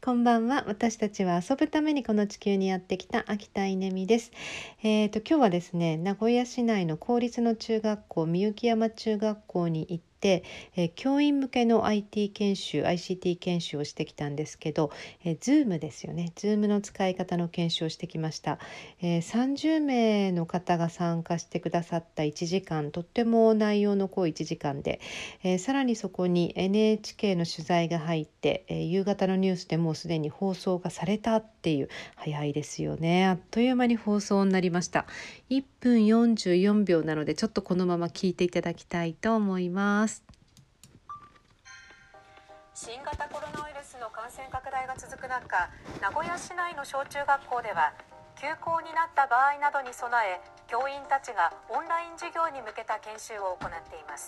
こんばんは。私たちは遊ぶためにこの地球にやってきた秋田稲美です。今日はですね、名古屋市内の公立の中学校、みゆき山中学校に行って、教員向けの IT 研修、ICT 研修をしてきたんですけど、Zoom ですよね。Zoom の使い方の研修をしてきました。30名の方が参加してくださった1時間、とっても内容の濃い1時間で、さらにそこに NHK の取材が入って、夕方のニュースでもうすでに放送がされたっていう、早いですよね。あっという間に放送になりました。1分44秒なので、ちょっとこのまま聞いていただきたいと思います。 新型コロナウイルスの感染拡大が続く中、名古屋市内の小中学校では休校になった場合などに備え、教員たちがオンライン授業に向けた研修を行っています。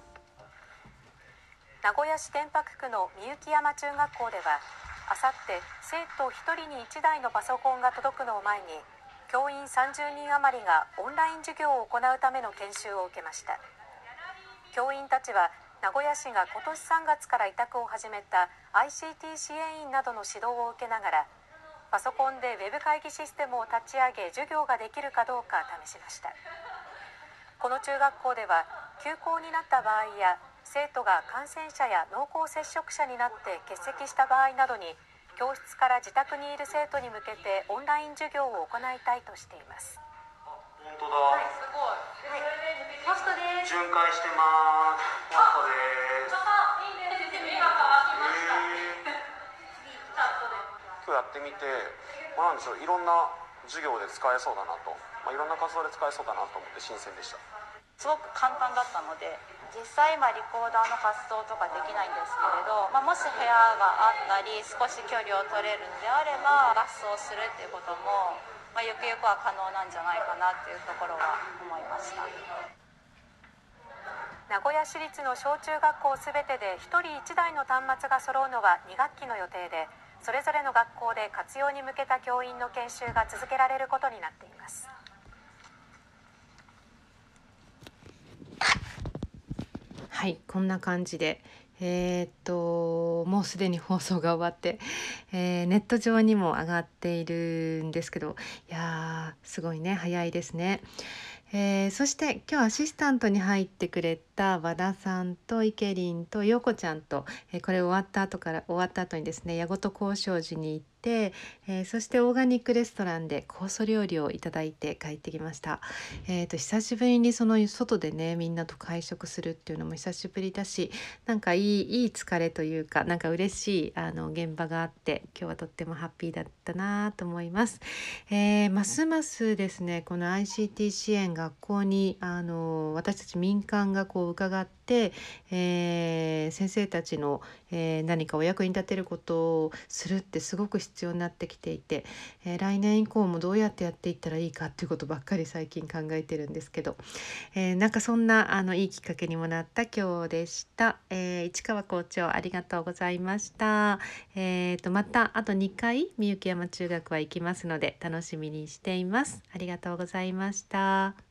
名古屋市天白区のみゆき山中学校では、あさって生徒1人に1台のパソコンが届くのを前に、教員30人余りがオンライン授業を行うための研修を受けました。教員たちは名古屋市が今年3月から委託を始めた ICT 支援員などの指導を受けながら、パソコンでウェブ会議システムを立ち上げ授業ができるかどうか試しました。この中学校では休校になった場合や、生徒が感染者や濃厚接触者になって欠席した場合などに、教室から自宅にいる生徒に向けてオンライン授業を行いたいとしています。 本当だ。はい、すごい。ポストです。巡回してます。ポストです。いいです。目が乾きました。今日やってみて、なんでしょう、いろんな授業で使えそうだなと、いろんな活動で使えそうだなと思って新鮮でした。 すごく簡単だったので、実際今リコーダーの活動とかできないんですけれど、もし部屋があったり少し距離を取れるんであれば、合奏するっていうことも、ゆくゆくは可能なんじゃないかなっていうところは思いました。 名古屋市立の小中学校すべてで1人1台の端末が揃うのは2学期の予定で、それぞれの学校で活用に向けた教員の研修が続けられることになっています。 はい、こんな感じで、もうすでに放送が終わって、ネット上にも上がっているんですけど、いやーすごいね、早いですね。そして今日アシスタントに入ってくれた和田さんとイケリンと陽子ちゃんと、これ終わった後にですね、矢事交渉時に行って、そしてオーガニックレストランで酵素料理をいただいて帰ってきました。久しぶりにその外でね、みんなと会食するっていうのも久しぶりだし、なんかいい疲れというか、なんか嬉しい現場があって、今日はとってもハッピーだったなと思います。ますますですね、この ICT 支援学校に私たち民間がこう伺って、先生たちの、何かお役に立てることをするってすごく必要になってきていて、来年以降もどうやってやっていったらいいかっていうことばっかり最近考えてるんですけど、なんかそんないいきっかけにもなった今日でした。市川校長ありがとうございました。またあと2回みゆき山中学は行きますので楽しみにしています。ありがとうございました。